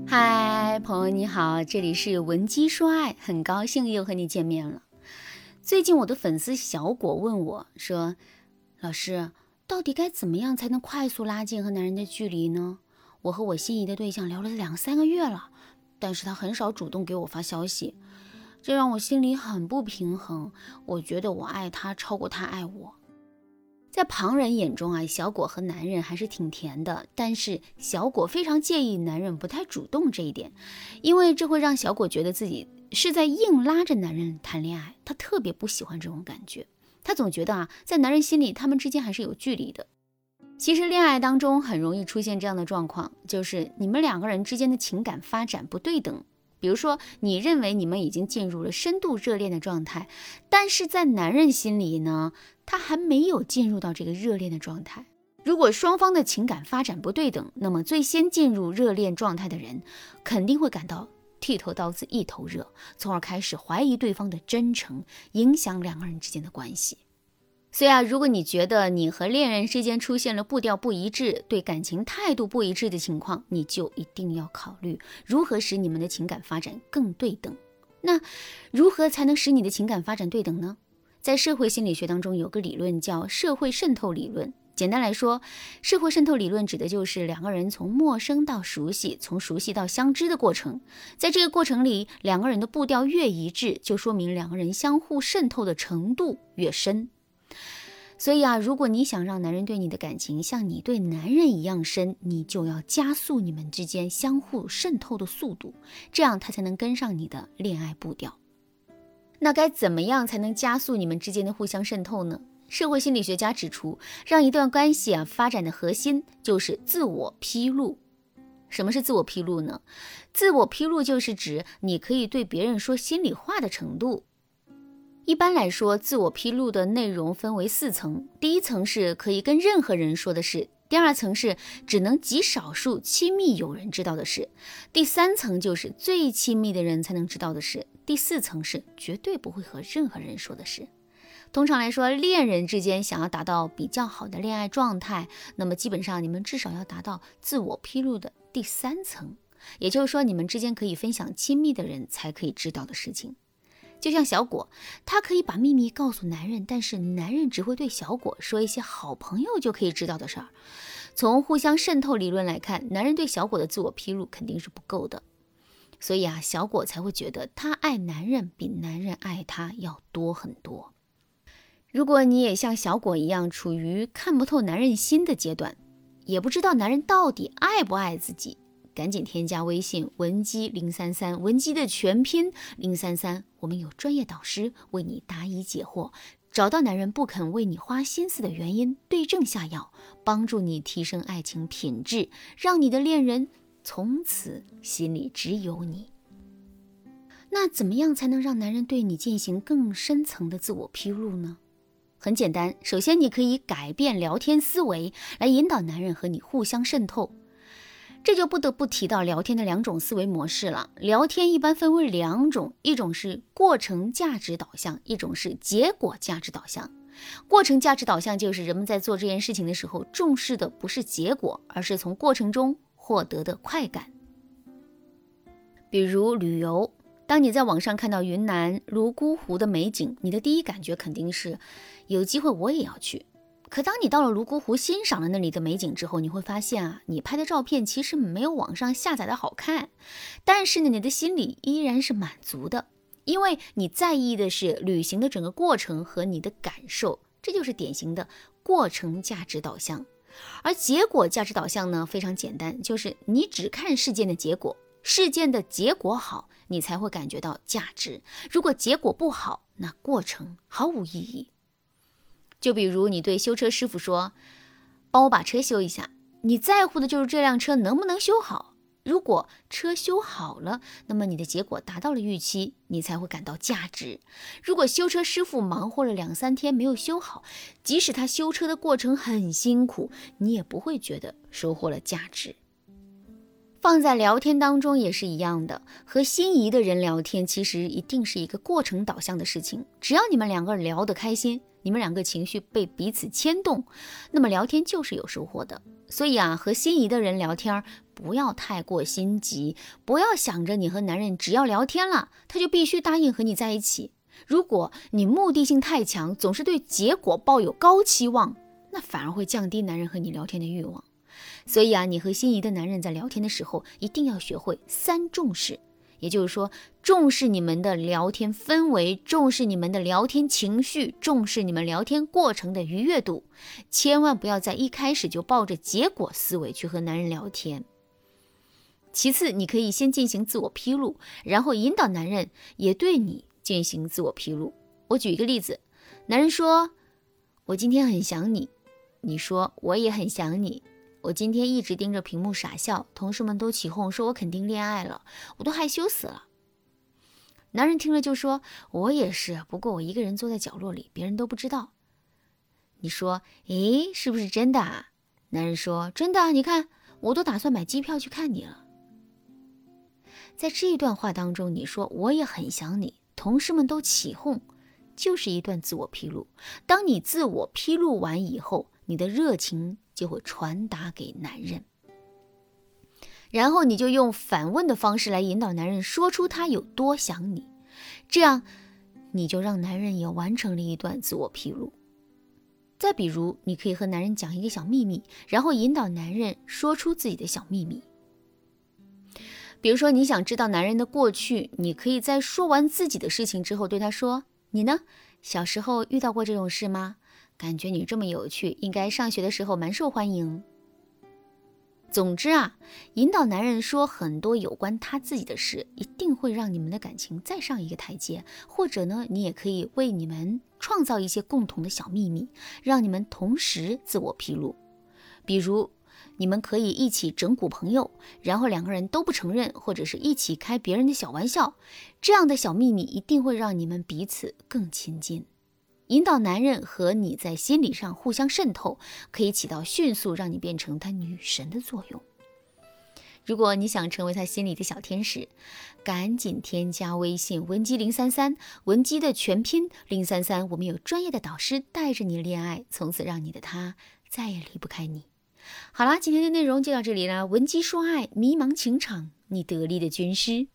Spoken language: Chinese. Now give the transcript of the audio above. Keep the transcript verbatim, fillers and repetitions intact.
嗨，朋友你好，这里是文姬说爱，很高兴又和你见面了。最近我的粉丝小果问我说，老师，到底该怎么样才能快速拉近和男人的距离呢？我和我心仪的对象聊了两三个月了，但是他很少主动给我发消息，这让我心里很不平衡，我觉得我爱他超过他爱我。在旁人眼中啊，小果和男人还是挺甜的，但是小果非常介意男人不太主动这一点，因为这会让小果觉得自己是在硬拉着男人谈恋爱，他特别不喜欢这种感觉，他总觉得啊，在男人心里他们之间还是有距离的。其实恋爱当中很容易出现这样的状况，就是你们两个人之间的情感发展不对等。比如说你认为你们已经进入了深度热恋的状态，但是在男人心里呢，他还没有进入到这个热恋的状态。如果双方的情感发展不对等，那么最先进入热恋状态的人肯定会感到剃头刀子一头热，从而开始怀疑对方的真诚，影响两个人之间的关系。所以啊，如果你觉得你和恋人之间出现了步调不一致，对感情态度不一致的情况，你就一定要考虑如何使你们的情感发展更对等。那如何才能使你的情感发展对等呢？在社会心理学当中有个理论叫社会渗透理论。简单来说，社会渗透理论指的就是两个人从陌生到熟悉，从熟悉到相知的过程。在这个过程里，两个人的步调越一致，就说明两个人相互渗透的程度越深。所以啊，如果你想让男人对你的感情像你对男人一样深，你就要加速你们之间相互渗透的速度，这样他才能跟上你的恋爱步调。那该怎么样才能加速你们之间的互相渗透呢？社会心理学家指出，让一段关系啊发展的核心就是自我披露。什么是自我披露呢？自我披露就是指你可以对别人说心里话的程度。一般来说，自我披露的内容分为四层。第一层是可以跟任何人说的事，第二层是只能极少数亲密友人知道的事，第三层就是最亲密的人才能知道的事，第四层是绝对不会和任何人说的事。通常来说，恋人之间想要达到比较好的恋爱状态，那么基本上你们至少要达到自我披露的第三层，也就是说你们之间可以分享亲密的人才可以知道的事情。就像小果，他可以把秘密告诉男人，但是男人只会对小果说一些好朋友就可以知道的事儿。从互相渗透理论来看，男人对小果的自我披露肯定是不够的，所以啊，小果才会觉得他爱男人比男人爱他要多很多。如果你也像小果一样处于看不透男人心的阶段，也不知道男人到底爱不爱自己，赶紧添加微信文姬零三三，文姬的全拼零三三，我们有专业导师为你答疑解惑，找到男人不肯为你花心思的原因，对症下药，帮助你提升爱情品质，让你的恋人从此心里只有你。那怎么样才能让男人对你进行更深层的自我披露呢？很简单，首先你可以改变聊天思维，来引导男人和你互相渗透。这就不得不提到聊天的两种思维模式了。聊天一般分为两种，一种是过程价值导向，一种是结果价值导向。过程价值导向就是人们在做这件事情的时候，重视的不是结果，而是从过程中获得的快感。比如旅游，当你在网上看到云南泸沽湖的美景，你的第一感觉肯定是有机会我也要去。可当你到了泸沽湖，欣赏了那里的美景之后，你会发现啊，你拍的照片其实没有网上下载的好看，但是呢，你的心里依然是满足的，因为你在意的是旅行的整个过程和你的感受，这就是典型的过程价值导向。而结果价值导向呢，非常简单，就是你只看事件的结果，事件的结果好，你才会感觉到价值，如果结果不好，那过程毫无意义。就比如你对修车师傅说，帮我把车修一下，你在乎的就是这辆车能不能修好。如果车修好了，那么你的结果达到了预期，你才会感到价值。如果修车师傅忙活了两三天没有修好，即使他修车的过程很辛苦，你也不会觉得收获了价值。放在聊天当中也是一样的，和心仪的人聊天其实一定是一个过程导向的事情，只要你们两个人聊得开心，你们两个情绪被彼此牵动，那么聊天就是有收获的。 所以啊，和心仪的人聊天不要太过心急，不要想着你和男人只要聊天了，他就必须答应和你在一起。如果你目的性太强，总是对结果抱有高期望，那反而会降低男人和你聊天的欲望。所以啊，你和心仪的男人在聊天的时候，一定要学会三重视。也就是说，重视你们的聊天氛围，重视你们的聊天情绪，重视你们聊天过程的愉悦度，千万不要在一开始就抱着结果思维去和男人聊天。其次，你可以先进行自我披露，然后引导男人也对你进行自我披露。我举一个例子，男人说，我今天很想你，你说我也很想你，我今天一直盯着屏幕傻笑，同事们都起哄说我肯定恋爱了，我都害羞死了。男人听了就说，我也是，不过我一个人坐在角落里，别人都不知道。你说，诶，是不是真的啊？男人说，真的啊，你看，我都打算买机票去看你了。在这一段话当中，你说我也很想你，同事们都起哄，就是一段自我披露。当你自我披露完以后，你的热情就会传达给男人，然后你就用反问的方式来引导男人说出他有多想你，这样你就让男人也完成了一段自我披露。再比如，你可以和男人讲一个小秘密，然后引导男人说出自己的小秘密。比如说，你想知道男人的过去，你可以在说完自己的事情之后对他说，你呢？小时候遇到过这种事吗？感觉你这么有趣，应该上学的时候蛮受欢迎。总之啊，引导男人说很多有关他自己的事，一定会让你们的感情再上一个台阶。或者呢，你也可以为你们创造一些共同的小秘密，让你们同时自我披露。比如你们可以一起整蛊朋友，然后两个人都不承认，或者是一起开别人的小玩笑，这样的小秘密一定会让你们彼此更亲近。引导男人和你在心理上互相渗透，可以起到迅速让你变成他女神的作用。如果你想成为他心里的小天使，赶紧添加微信文姬零三三，文姬的全拼零三三，我们有专业的导师带着你恋爱，从此让你的他再也离不开你。好啦，今天的内容就到这里了。文姬说爱，迷茫情场，你得力的军师。